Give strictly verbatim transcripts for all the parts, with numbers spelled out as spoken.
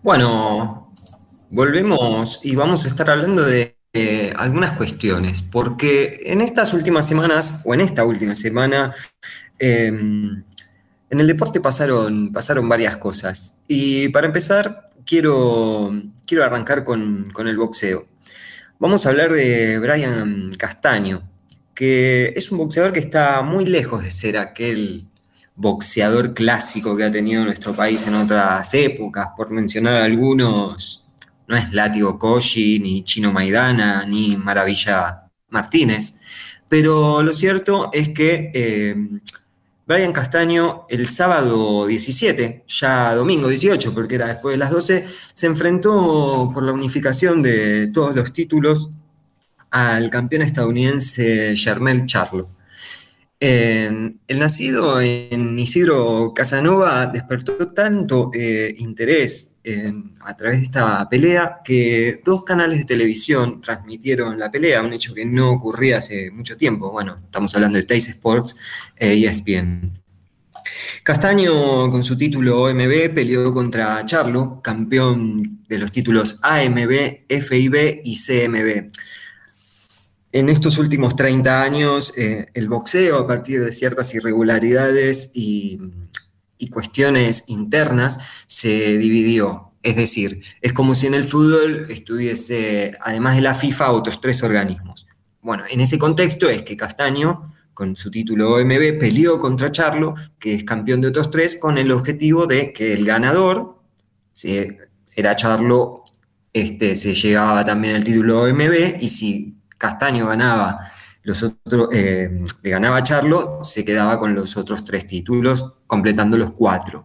Bueno, volvemos y vamos a estar hablando de eh, algunas cuestiones, porque en estas últimas semanas, o en esta última semana, eh, en el deporte pasaron, pasaron varias cosas. Y para empezar, quiero, quiero arrancar con, con el boxeo. Vamos a hablar de Brian Castaño, que es un boxeador que está muy lejos de ser aquel boxeador clásico que ha tenido nuestro país en otras épocas. Por mencionar algunos, no es Látigo Koji, ni Chino Maidana, ni Maravilla Martínez. Pero lo cierto es que eh, Brian Castaño, el sábado diecisiete, ya domingo dieciocho, porque era después de las doce, se enfrentó por la unificación de todos los títulos al campeón estadounidense Jermell Charlo. Eh, el nacido en Isidro Casanova despertó tanto eh, interés en- a través de esta pelea que dos canales de televisión transmitieron la pelea, un hecho que no ocurría hace mucho tiempo. Bueno, estamos hablando de Teis Sports e E S P N. Castaño, con su título O M B, peleó contra Charlo, campeón de los títulos A M B, F I B y C M B. En estos últimos treinta años, eh, el boxeo, a partir de ciertas irregularidades y, y cuestiones internas, se dividió. Es decir, es como si en el fútbol estuviese, además de la FIFA, otros tres organismos. Bueno, en ese contexto es que Castaño, con su título O M B, peleó contra Charlo, que es campeón de otros tres, con el objetivo de que el ganador, si era Charlo, este, se llegaba también el título O M B, y si Castaño ganaba los otros, eh, le ganaba a Charlo, se quedaba con los otros tres títulos, completando los cuatro.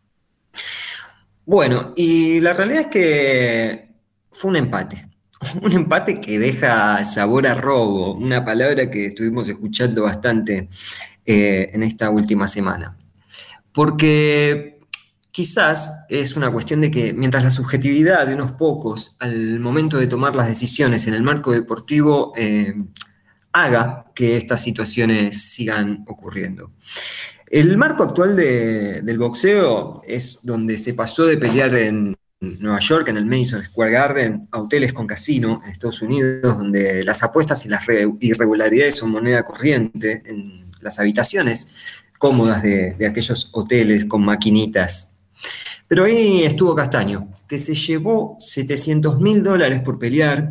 Bueno, y la realidad es que fue un empate. Un empate que deja sabor a robo, una palabra que estuvimos escuchando bastante eh, en esta última semana. Porque quizás es una cuestión de que mientras la subjetividad de unos pocos al momento de tomar las decisiones en el marco deportivo eh, haga que estas situaciones sigan ocurriendo. El marco actual de- del boxeo es donde se pasó de pelear en Nueva York, en el Madison Square Garden, a hoteles con casino en Estados Unidos, donde las apuestas y las re- irregularidades son moneda corriente en las habitaciones cómodas de, de aquellos hoteles con maquinitas. Pero ahí estuvo Castaño, que se llevó setecientos mil dólares por pelear,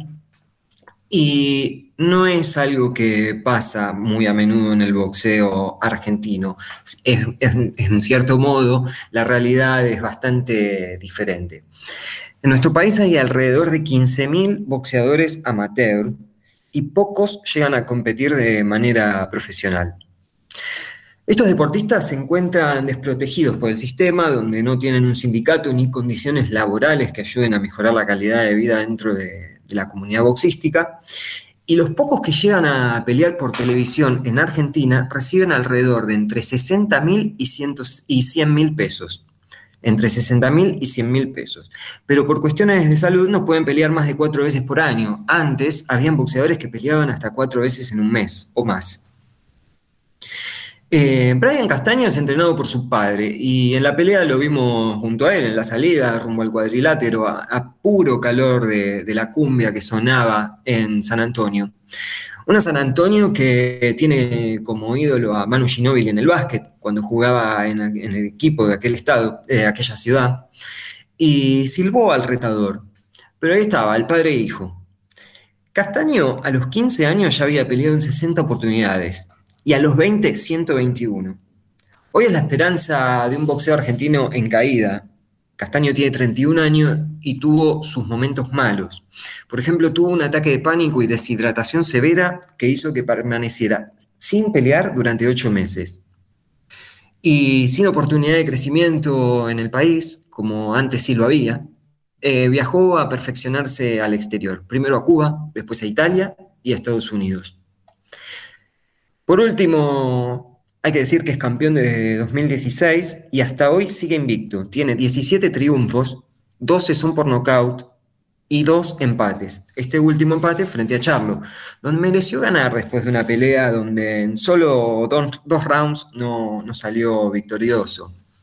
y no es algo que pasa muy a menudo en el boxeo argentino. Es- es- en cierto modo, la realidad es bastante diferente. En nuestro país hay alrededor de quince mil boxeadores amateur y pocos llegan a competir de manera profesional. Estos deportistas se encuentran desprotegidos por el sistema, donde no tienen un sindicato ni condiciones laborales que ayuden a mejorar la calidad de vida dentro de, de la comunidad boxística. Y los pocos que llegan a pelear por televisión en Argentina reciben alrededor de entre sesenta mil y cien mil pesos. Entre sesenta mil y cien mil pesos. Pero por cuestiones de salud no pueden pelear más de cuatro veces por año. Antes habían boxeadores que peleaban hasta cuatro veces en un mes o más. Eh, Brian Castaño es entrenado por su padre y en la pelea lo vimos junto a él en la salida rumbo al cuadrilátero a, a puro calor de, de la cumbia que sonaba en San Antonio. Una San Antonio que tiene como ídolo a Manu Ginóbili en el básquet cuando jugaba en, en el equipo de aquel estado, de aquella ciudad, y silbó al retador. Pero ahí estaba, el padre e hijo. Castaño a los quince años ya había peleado en sesenta oportunidades y a los veinte, ciento veintiuno. Hoy es la esperanza de un boxeo argentino en caída. Castaño tiene treinta y un años y tuvo sus momentos malos. Por ejemplo, tuvo un ataque de pánico y deshidratación severa que hizo que permaneciera sin pelear durante ocho meses. Y sin oportunidad de crecimiento en el país, como antes sí lo había, eh, viajó a perfeccionarse al exterior. Primero a Cuba, después a Italia y a Estados Unidos. Por último, hay que decir que es campeón desde dos mil dieciséis y hasta hoy sigue invicto. Tiene diecisiete triunfos, doce son por nocaut y dos empates. Este último empate frente a Charlo, donde mereció ganar después de una pelea donde en solo dos, dos rounds no, no salió victorioso.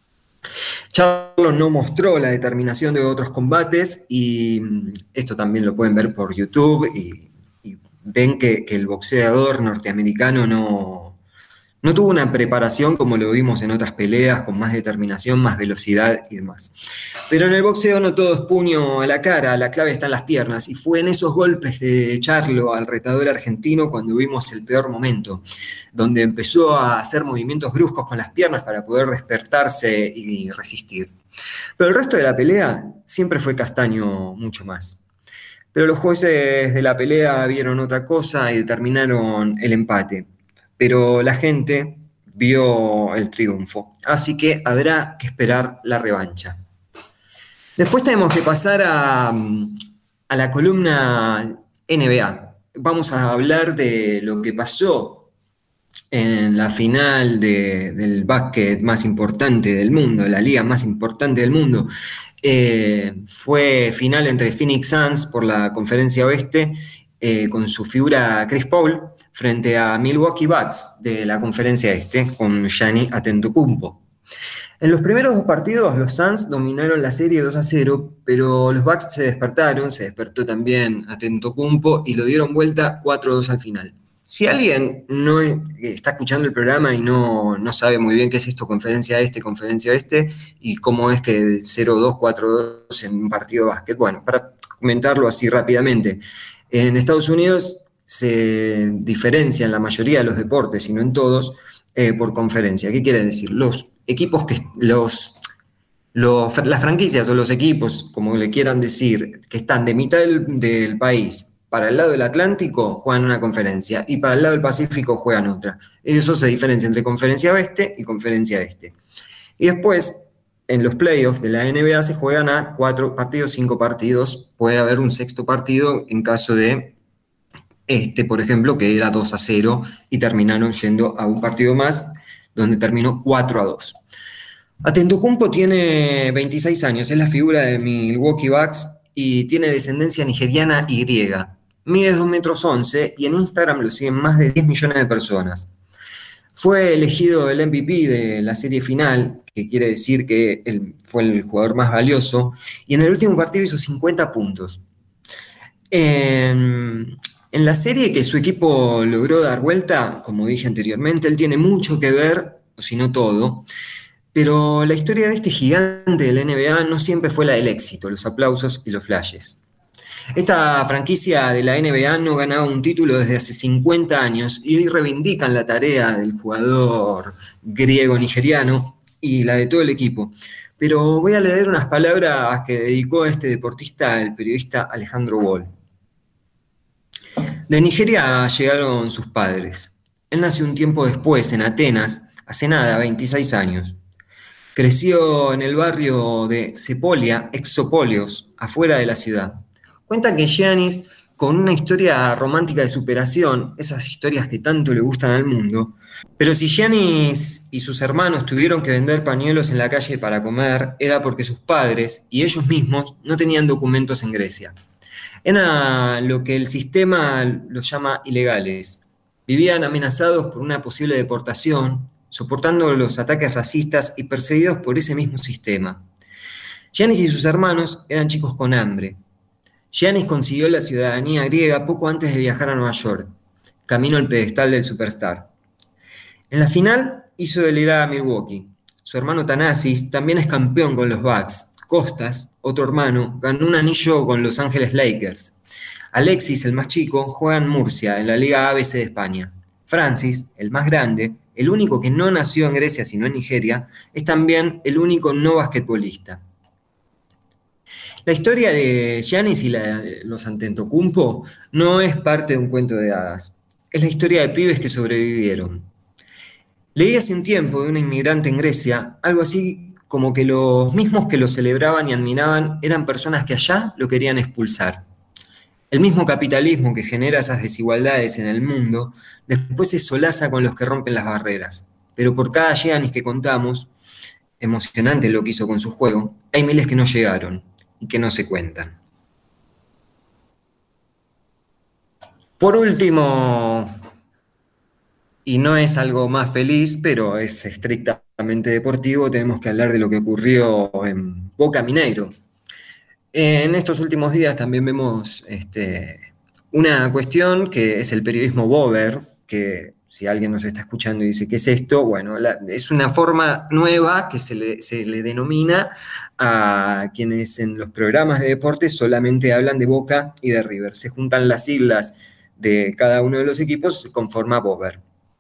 Charlo no mostró la determinación de otros combates y mm, esto también lo pueden ver por YouTube y, y ven que, que el boxeador norteamericano no, no tuvo una preparación como lo vimos en otras peleas, con más determinación, más velocidad y demás. Pero en el boxeo no todo es puño a la cara, la clave está en las piernas. Y fue en esos golpes de Charlo al retador argentino cuando vimos el peor momento, donde empezó a hacer movimientos bruscos con las piernas para poder despertarse y resistir. Pero el resto de la pelea siempre fue Castaño mucho más. Pero los jueces de la pelea vieron otra cosa y determinaron el empate. Pero la gente vio el triunfo. Así que habrá que esperar la revancha. Después tenemos que pasar a, a la columna N B A. Vamos a hablar de lo que pasó en la final de- del básquet más importante del mundo, la liga más importante del mundo. Eh, fue final entre Phoenix Suns por la conferencia oeste, eh, con su figura Chris Paul frente a Milwaukee Bucks de la conferencia este con Giannis Antetokounmpo. En los primeros dos partidos, los Suns dominaron la serie dos a cero, pero los Bucks se despertaron, se despertó también Antetokounmpo y lo dieron vuelta cuatro a dos al final. Si alguien no es- está escuchando el programa y no, no sabe muy bien qué es esto, conferencia este, conferencia este, y cómo es que cero dos, cuatro dos en un partido de básquet, bueno, para comentarlo así rápidamente, en Estados Unidos se diferencian la mayoría de los deportes, y no en todos, eh, por conferencia. ¿Qué quiere decir? Los equipos que los, los, las franquicias o los equipos, como le quieran decir, que están de mitad del, del país para el lado del Atlántico, juegan una conferencia y para el lado del Pacífico juegan otra. Eso se diferencia entre conferencia oeste y conferencia este. Y después, en los playoffs de la N B A se juegan a cuatro partidos, cinco partidos. Puede haber un sexto partido en caso de este, por ejemplo, que era dos a cero y terminaron yendo a un partido más donde terminó cuatro a dos. Antetokounmpo tiene veintiséis años, es la figura de Milwaukee Bucks y tiene descendencia nigeriana y griega. Mide dos metros once y en Instagram lo siguen más de diez millones de personas. Fue elegido el M V P de la serie final, que quiere decir que él fue el jugador más valioso, y en el último partido hizo cincuenta puntos. En, en la serie que su equipo logró dar vuelta, como dije anteriormente, él tiene mucho que ver, o si no todo, pero la historia de este gigante de la N B A no siempre fue la del éxito, los aplausos y los flashes. Esta franquicia de la N B A no ganaba un título desde hace cincuenta años y hoy reivindican la tarea del jugador griego-nigeriano y la de todo el equipo. Pero voy a leer unas palabras que dedicó a este deportista el periodista Alejandro Wall. De Nigeria llegaron sus padres. Él nació un tiempo después, en Atenas, hace nada, veintiséis años. Creció en el barrio de Sepolia, Exopolios, afuera de la ciudad. Cuenta que Giannis, con una historia romántica de superación, esas historias que tanto le gustan al mundo, pero si Giannis y sus hermanos tuvieron que vender pañuelos en la calle para comer, era porque sus padres y ellos mismos no tenían documentos en Grecia. Era lo que el sistema los llama ilegales. Vivían amenazados por una posible deportación, soportando los ataques racistas y perseguidos por ese mismo sistema. Giannis y sus hermanos eran chicos con hambre. Giannis consiguió la ciudadanía griega poco antes de viajar a Nueva York, camino al pedestal del superstar. En la final hizo delirar a Milwaukee. Su hermano Thanasis también es campeón con los Bucks. Costas, otro hermano, ganó un anillo con Los Ángeles Lakers. Alexis, el más chico, juega en Murcia, en la Liga A B C de España. Francis, el más grande, el único que no nació en Grecia sino en Nigeria, es también el único no basquetbolista. La historia de Giannis y la de los Antetokounmpo no es parte de un cuento de hadas. Es la historia de pibes que sobrevivieron. Leí hace un tiempo de una inmigrante en Grecia, algo así como que los mismos que lo celebraban y admiraban eran personas que allá lo querían expulsar. El mismo capitalismo que genera esas desigualdades en el mundo, después se solaza con los que rompen las barreras. Pero por cada Giannis que contamos, emocionante lo que hizo con su juego, hay miles que no llegaron y que no se cuentan. Por último, Y no es algo más feliz, pero es estrictamente deportivo. Tenemos que hablar de lo que ocurrió en Boca Mineiro. En estos últimos días también vemos este, una cuestión que es el periodismo bober, que si alguien nos está escuchando y dice, ¿qué es esto? Bueno, la- es una forma nueva que se le, se le denomina a quienes en los programas de deportes solamente hablan de Boca y de River. Se juntan las siglas de cada uno de los equipos, se conforma bober.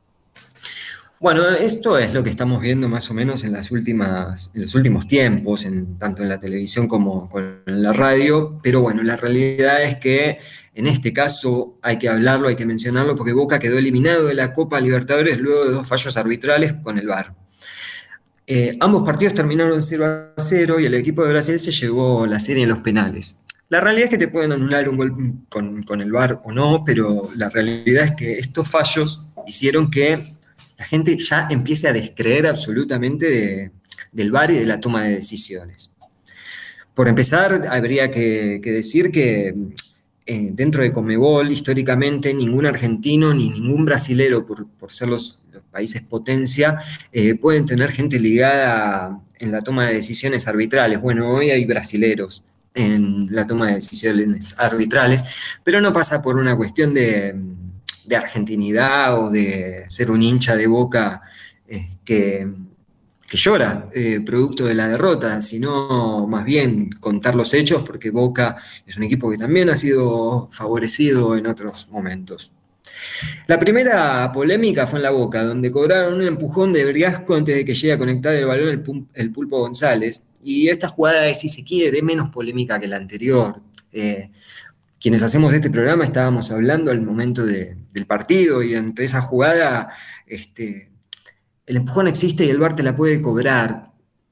Bueno, esto es lo que estamos viendo más o menos en las últimas, en los últimos tiempos, en- tanto en la televisión como con la radio, pero bueno, la realidad es que en este caso hay que hablarlo, hay que mencionarlo, porque Boca quedó eliminado de la Copa Libertadores luego de dos fallos arbitrales con el V A R. Eh, ambos partidos terminaron cero a cero y el equipo de Brasil se llevó la serie en los penales. La realidad es que te pueden anular un gol con, con el V A R o no, pero la realidad es que estos fallos hicieron que la gente ya empiece a descreer absolutamente de- del V A R y de la toma de decisiones. Por empezar, habría que, que decir que eh, dentro de Conmebol, históricamente, ningún argentino ni ningún brasilero, por, por ser los, los países potencia, eh, pueden tener gente ligada en la toma de decisiones arbitrales. Bueno, hoy hay brasileros en la toma de decisiones arbitrales, pero no pasa por una cuestión de, de argentinidad o de ser un hincha de Boca eh, que que llora eh, producto de la derrota, sino más bien contar los hechos, porque Boca es un equipo que también ha sido favorecido en otros momentos. La primera polémica fue en la Boca, donde cobraron un empujón de Briasco antes de que llegue a conectar el balón el, Pum- el Pulpo González, y esta jugada es, si se quiere, menos polémica que la anterior. Eh, quienes hacemos este programa estábamos hablando al momento de- del partido y ante esa jugada, este, el empujón existe y el V A R te la puede cobrar.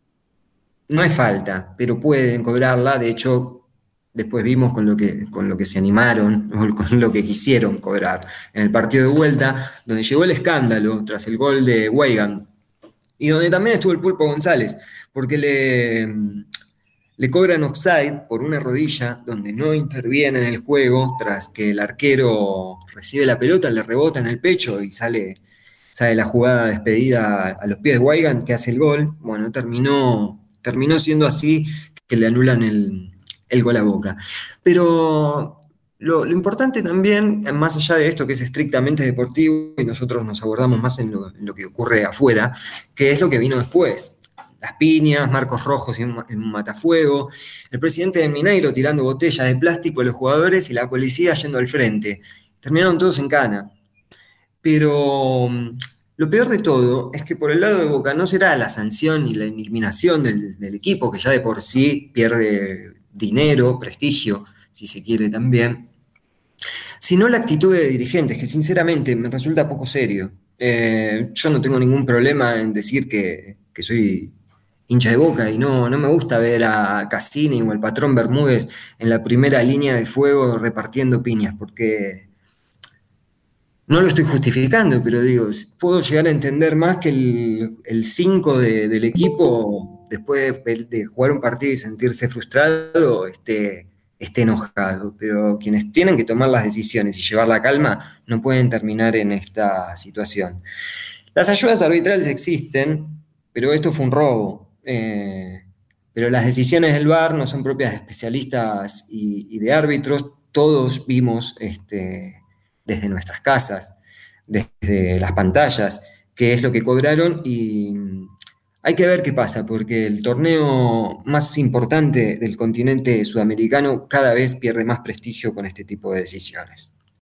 No es falta, pero pueden cobrarla. De hecho, después vimos con lo que, con lo que se animaron, o con lo que quisieron cobrar. En el partido de vuelta, donde llegó el escándalo tras el gol de Weigand, y donde también estuvo el Pulpo González, porque le, le cobran offside por una rodilla donde no interviene en el juego, tras que el arquero recibe la pelota, le rebota en el pecho y sale, sale la jugada despedida a los pies de Weigand, que hace el gol. Bueno, terminó, terminó siendo así que le anulan el, el gol a Boca. Pero lo, lo importante también, más allá de esto que es estrictamente deportivo, y nosotros nos abordamos más en lo, en lo que ocurre afuera, que es lo que vino después. Las piñas, marcos rojos en un, en un matafuego, el presidente de Mineiro tirando botellas de plástico a los jugadores y la policía yendo al frente. Terminaron todos en cana. Pero mm, lo peor de todo es que por el lado de Boca no será la sanción y la eliminación del, del equipo, que ya de por sí pierde dinero, prestigio, si se quiere también, sino la actitud de dirigentes, que sinceramente me resulta poco serio. Eh, yo no tengo ningún problema en decir que, que soy hincha de Boca y no, no me gusta ver a Cassini o al patrón Bermúdez en la primera línea de fuego repartiendo piñas, porque no lo estoy justificando, pero digo, puedo llegar a entender más que el cinco del equipo, después de, de jugar un partido y sentirse frustrado, esté, esté enojado. Pero quienes tienen que tomar las decisiones y llevar la calma no pueden terminar en esta situación. Las ayudas arbitrales existen, pero esto fue un robo. Eh, pero las decisiones del V A R no son propias de especialistas y, y de árbitros. Todos vimos este, desde nuestras casas, desde las pantallas, qué es lo que cobraron y hay que ver qué pasa, porque el torneo más importante del continente sudamericano cada vez pierde más prestigio con este tipo de decisiones.